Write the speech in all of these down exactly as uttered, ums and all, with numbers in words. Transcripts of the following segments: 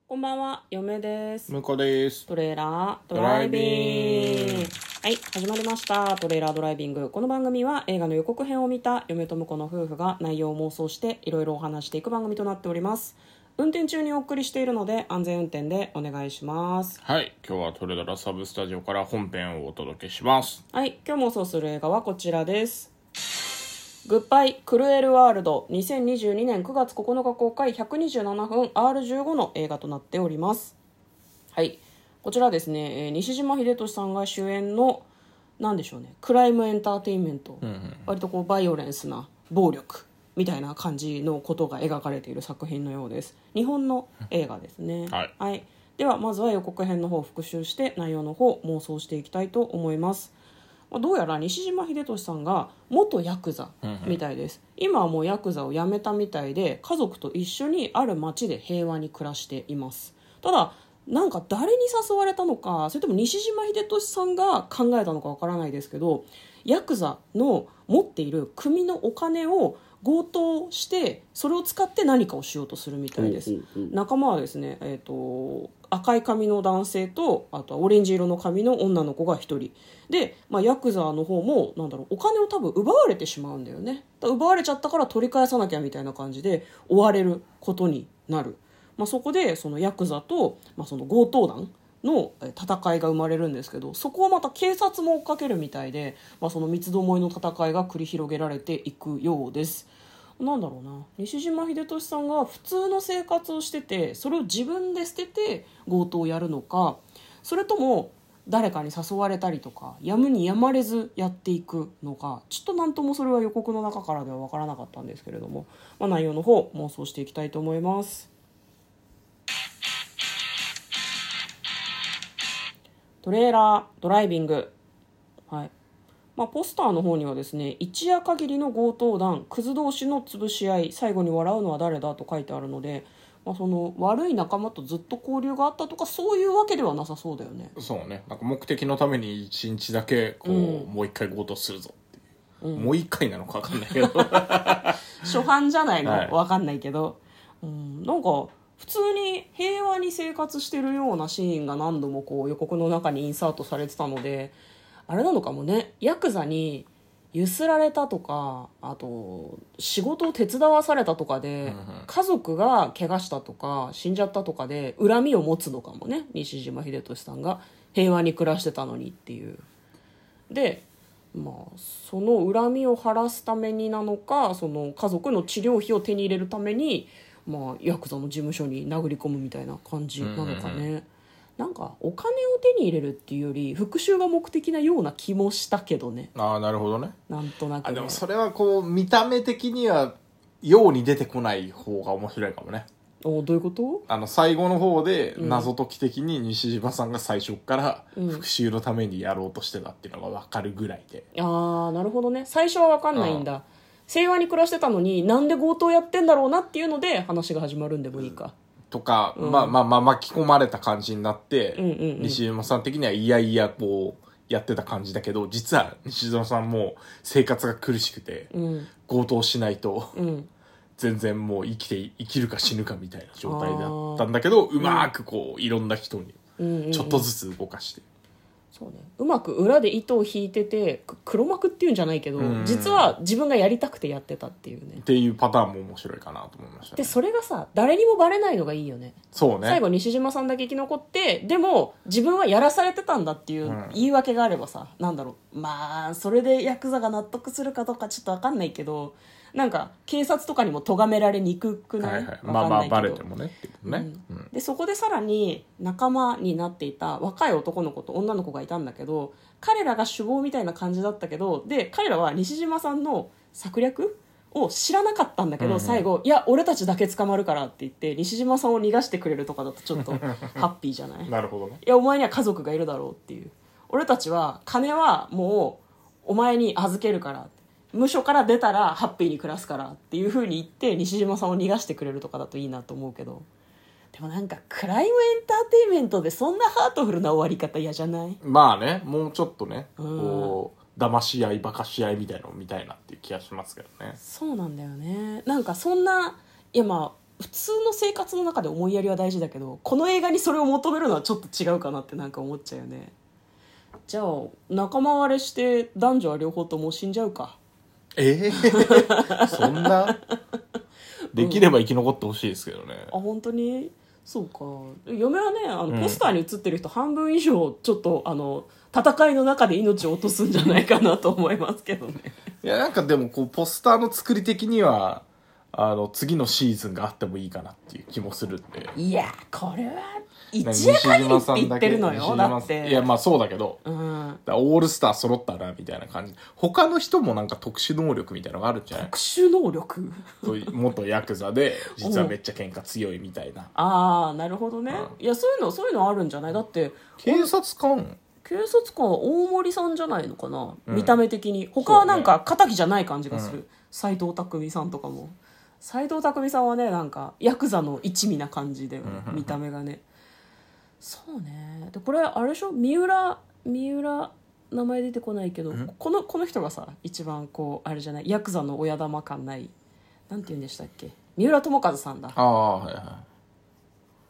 こんばんは、嫁です。 向こうです。 トレーラードライビング。はい、始まりました。トレーラードライビング。この番組は映画の予告編を見た嫁と婿の夫婦が内容を妄想していろいろお話していく番組となっております。運転中にお送りしているので安全運転でお願いします。 はい、今日はトレドラサブスタジオから本編をお届けします。 はい、今日妄想する映画はこちらです。グッバイクルエルワールドにせんにじゅうにねんくがつここのか公開ひゃくにじゅうななふん アールじゅうご の映画となっております。はい、こちらですね、西島秀俊さんが主演のなんでしょうね、クライムエンターテインメント、うんうん、割とこうバイオレンスな暴力みたいな感じのことが描かれている作品のようです。日本の映画ですね。 はい、 はい、ではまずは予告編の方を復習して内容の方妄想していきたいと思います。どうやら西島秀俊さんが元ヤクザみたいです。今はもうヤクザを辞めたみたいで、家族と一緒にある町で平和に暮らしています。ただなんか誰に誘われたのか、それとも西島秀俊さんが考えたのかわからないですけど、ヤクザの持っている組のお金を強盗してそれを使って何かをしようとするみたいです。 うんうんうん、 仲間はですね、えーと、赤い髪の男性とあとはオレンジ色の髪の女の子がひとりで、まあ、ヤクザの方もなんだろう、お金を多分奪われてしまうんだよね。だ奪われちゃったから取り返さなきゃみたいな感じで追われることになる。まあ、そこでそのヤクザと、まあ、その強盗団の戦いが生まれるんですけど、そこをまた警察も追っかけるみたいで、まあ、その三つどもえの戦いが繰り広げられていくようです。なんだろうな、西島秀俊さんが普通の生活をしててそれを自分で捨てて強盗をやるのか、それとも誰かに誘われたりとかやむにやまれずやっていくのか、ちょっとなんともそれは予告の中からでは分からなかったんですけれども、まあ、内容の方妄想していきたいと思います。トレーラードライビング。はい、まあ、ポスターの方にはですね、一夜限りの強盗団クズ同士の潰し合い、最後に笑うのは誰だと書いてあるので、まあ、その悪い仲間とずっと交流があったとかそういうわけではなさそうだよね。 そうね、なんか目的のために一日だけこう、うん、もう一回強盗するぞっていう、うん、もう一回なのか分かんないけど初犯じゃないの、 はい、 分かんないけど、うん、なんか普通に平和に生活してるようなシーンが何度もこう予告の中にインサートされてたので、あれなのかもね、ヤクザにゆすられたとか、あと仕事を手伝わされたとかで、家族が怪我したとか死んじゃったとかで恨みを持つのかもね、西島秀俊さんが平和に暮らしてたのにっていう。でまあその恨みを晴らすためになのか、その家族の治療費を手に入れるために、まあ、ヤクザの事務所に殴り込むみたいな感じなのかね、うんうんうん、なんかお金を手に入れるっていうより復讐が目的なような気もしたけどね。 ああ、なるほどね。 なんとなく、ね、 あでもそれはこう見た目的にはように出てこない方が面白いかもね。 おどういうこと？ あの最後の方で謎解き的に西島さんが最初から復讐のためにやろうとしてたっていうのが分かるぐらいで、 うん、ああなるほどね。最初は分かんないんだ。平和に暮らしてたのになんで強盗やってんだろうなっていうので話が始まるんでもいいか、 とか、うん、まあまあまあ巻き込まれた感じになって、 うんうんうん、 西島さん的にはいやいやこうやってた感じだけど、実は西島さんも生活が苦しくて、うん、強盗しないと、うん、全然もう生きて生きるか死ぬかみたいな状態だったんだけど、うまくこういろんな人にちょっとずつ動かして、うんうんうん、 そうね、うまく裏で糸を引いてて黒幕っていうんじゃないけど、実は自分がやりたくてやってたっていうねっていうパターンも面白いかなと思いましたね。 でそれがさ誰にもバレないのがいいよね。 そうね、 最後西島さんだけ生き残って、でも自分はやらされてたんだっていう言い訳があればさ、うん、なんだろう、まあそれでヤクザが納得するかどうかちょっと分かんないけど、なんか警察とかにも咎められにくくない、はいはい、 まあまあバレてもねってことね、 うんうん、でそこでさらに仲間になっていた若い男の子と女の子がいたんだけど、彼らが首謀みたいな感じだったけど、で彼らは西島さんの策略を知らなかったんだけど、うんうん、最後いや俺たちだけ捕まるからって言って西島さんを逃がしてくれるとかだとちょっとハッピーじゃないなるほどね。 いやお前には家族がいるだろうっていう、俺たちは金はもうお前に預けるから無所から出たらハッピーに暮らすからっていう風に言って西島さんを逃がしてくれるとかだといいなと思うけど、でもなんかクライムエンターテインメントでそんなハートフルな終わり方嫌じゃない？ まあね、もうちょっとね、うん、こう騙し合いバカし合いみたいなのを見たいなっていう気がしますけどね。 そうなんだよね。なんかそんないやまあ普通の生活の中で思いやりは大事だけど、この映画にそれを求めるのはちょっと違うかなってなんか思っちゃうよね。じゃあ仲間割れして男女は両方とも死んじゃうか。 えー、そんなできれば生き残ってほしいですけどね、 うん、あ本当にそうか。嫁はねあのポスターに写ってる人半分以上ちょっとあの戦いの中で命を落とすんじゃないかなと思いますけどね。 いやなんかでもこうポスターの作り的にはあの次のシーズンがあってもいいかなっていう気もするんで。 いやこれは一夜限りって言ってるのよ。だっていやまあそうだけど、うん、だオールスター揃ったなみたいな感じ。他の人もなんか特殊能力みたいなのがあるんじゃない？ 特殊能力元ヤクザで実はめっちゃ喧嘩強いみたいな。 ああなるほどね、うん、いやそういうのそういうのあるんじゃない？だって警察官警察官は大森さんじゃないのかな、うん、見た目的に。他はなんか仇じゃない感じがする。斎藤工さんとかも。斎藤工さんはねなんかヤクザの一味な感じで、見た目がね。そうね。でこれあれでしょ、三浦三浦名前出てこないけど、このこの人がさ一番こうあれじゃない、ヤクザの親玉感ない、なんて言うんでしたっけ、三浦友和さんだ。 ああはいはい。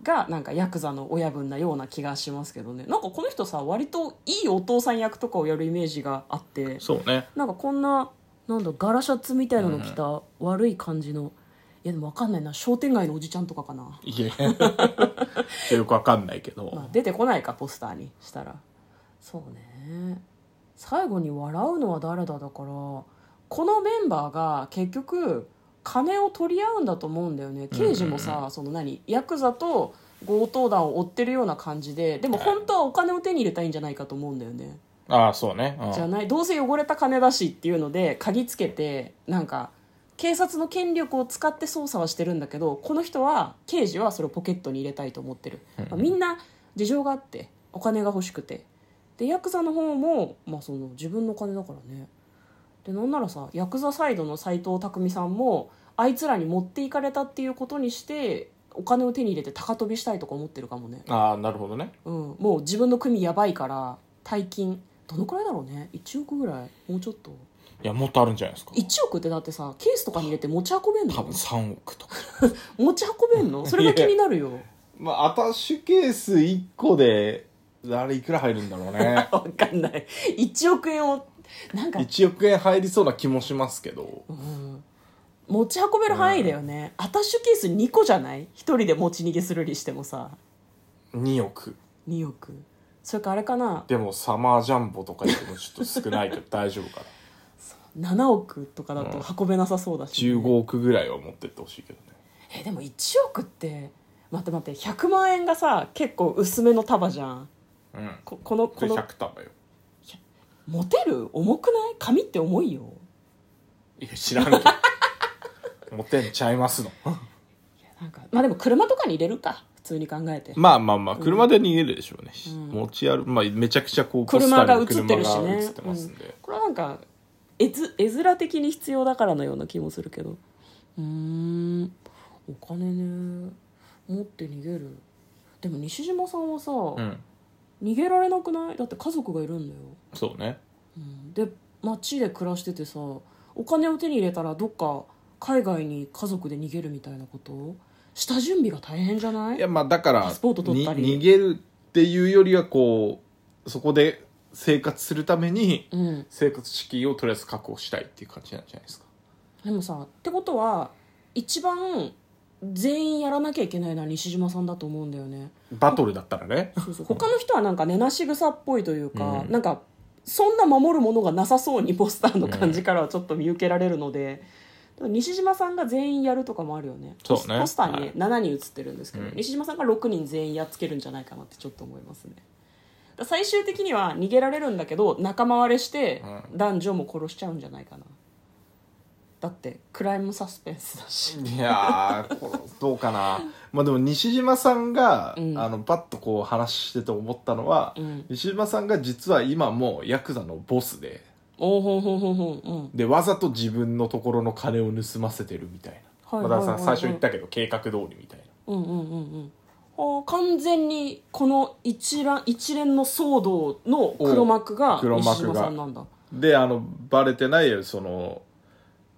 がなんかヤクザの親分なような気がしますけどね。なんかこの人さ割といいお父さん役とかをやるイメージがあって、 そうね。なんかこんななんだガラシャツみたいなの着た悪い感じの、いやでも分かんないな、商店街のおじちゃんとかかな。 いやよく分かんないけど、 まあ、出てこないかポスターにしたら。そうね。最後に笑うのは誰だだから、このメンバーが結局金を取り合うんだと思うんだよね。刑事もさ、うんうん、その何ヤクザと強盗団を追ってるような感じで、でも本当はお金を手に入れたいんじゃないかと思うんだよね。 ああそうね、うん、 じゃない、どうせ汚れた金だしっていうので嗅ぎつけて、なんか警察の権力を使って捜査はしてるんだけど、この人は刑事はそれをポケットに入れたいと思ってる、うんまあ、みんな事情があってお金が欲しくて、でヤクザの方も、まあ、その自分の金だからね。でなんならさヤクザサイドの斎藤工さんもあいつらに持っていかれたっていうことにしてお金を手に入れて高飛びしたいとか思ってるかもね。 ああなるほどね、 うん、もう自分の組やばいから大金どのくらいだろうね、いちおくぐらい、もうちょっと。 いやもっとあるんじゃないですか。 いちおくってだってさケースとかに入れて持ち運べんの？ 多分さんおくとか持ち運べんの？それが気になるよ。 まあアタッシュケースいっこであれいくら入るんだろうね分かんない。いちおくえんをなんかいちおくえん入りそうな気もしますけど、うん、 持ち運べる範囲だよね、うん、アタッシュケースにこじゃない？ひとりで持ち逃げするにしてもさにおくにおく。それかあれかな、 でもサマージャンボとか言ってもちょっと少ないけど大丈夫かなななおくとかだと運べなさそうだし、ね、 じゅうごおくぐらいは持ってってほしいけどね。 えでもいちおくって待って待ってひゃくまんえんがさ結構薄めの束じゃん、 うん、 こ, このこのひゃく束よ。 持てる？重くない？紙って重いよ。 いや知らんけど持てんちゃいますのいやなんかまあでも車とかに入れるか普通に考えて。 まあまあまあ車で逃げるでしょうね、うん、持ち歩く、まあ、めちゃくちゃこう車が映ってるしね、 映ってますんで、うん、 これはなんか絵面的に必要だからのような気もするけど、うーんお金ね持って逃げる。でも西島さんはさ、うん、逃げられなくない？だって家族がいるんだよ。 そうね、 うん、で街で暮らしててさお金を手に入れたらどっか海外に家族で逃げるみたいなこと下準備が大変じゃない？ いやまあだからパスポート取ったり逃げるっていうよりはこうそこで生活するために生活資金をとりあえず確保したいっていう感じなんじゃないですか。 でもさってことは一番全員やらなきゃいけないのは西島さんだと思うんだよね。 バトルだったらね。 そうそう他の人はなんか根なし草っぽいというか、うん、なんかそんな守るものがなさそうにポスターの感じからはちょっと見受けられるので、うん、西島さんが全員やるとかもあるよね。 そうね、 ポスターに、ねはい、しちにん写ってるんですけど、 うん、 西島さんがろくにん全員やっつけるんじゃないかなってちょっと思いますね。最終的には逃げられるんだけど仲間割れして男女も殺しちゃうんじゃないかな。だってクライムサスペンスだし。 いやーこれどうかなまあでも西島さんが、うん、あのパッとこう話してて思ったのは、うん、西島さんが実は今もヤクザのボスで、 おほほほほ、うん、 でわざと自分のところの金を盗ませてるみたいな、はいはいはいはい、まあ、最初言ったけど計画通りみたいな、 うんうんうんうん、完全にこの一覧一連の騒動の黒幕が西島さんなんだ。 であのバレてないその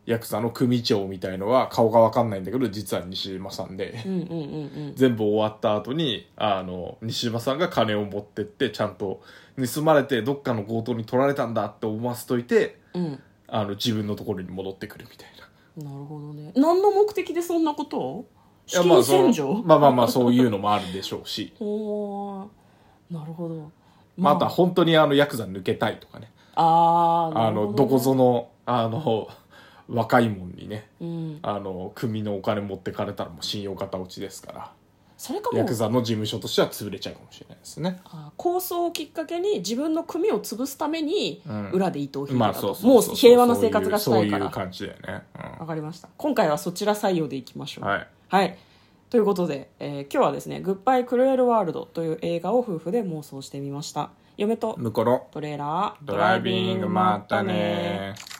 ヤクザの組長みたいのは顔が分かんないんだけど実は西島さんで、 うんうんうんうん、 全部終わった後にあの西島さんが金を持ってってちゃんと盗まれてどっかの強盗に取られたんだって思わせといて、 うん、 あの自分のところに戻ってくるみたいな。なるほどね。何の目的でそんなことを？資な。いやまあ金洗浄？ まあまあまあそういうのもあるでしょうしほー、なるほど。 まあ、あとは本当にあのヤクザ抜けたいとかね、 あー、なあるほどね、 のどこぞのあの若いもんにね、 うん、 あの組のお金持ってかれたらもう信用型落ちですから、 それかもヤクザの事務所としては潰れちゃうかもしれないですね。 あ構想をきっかけに自分の組を潰すために裏で糸を引いてまあたと、 そうそうそうもう平和な生活がしたいから。 そういう感じだよね。 わ、うん、かりました。今回はそちら採用でいきましょう。 はい、 はい、ということで、えー、今日はですねグッバイクルエルワールドという映画を夫婦で妄想してみました。嫁と向こうのトレーラードライビングまったね。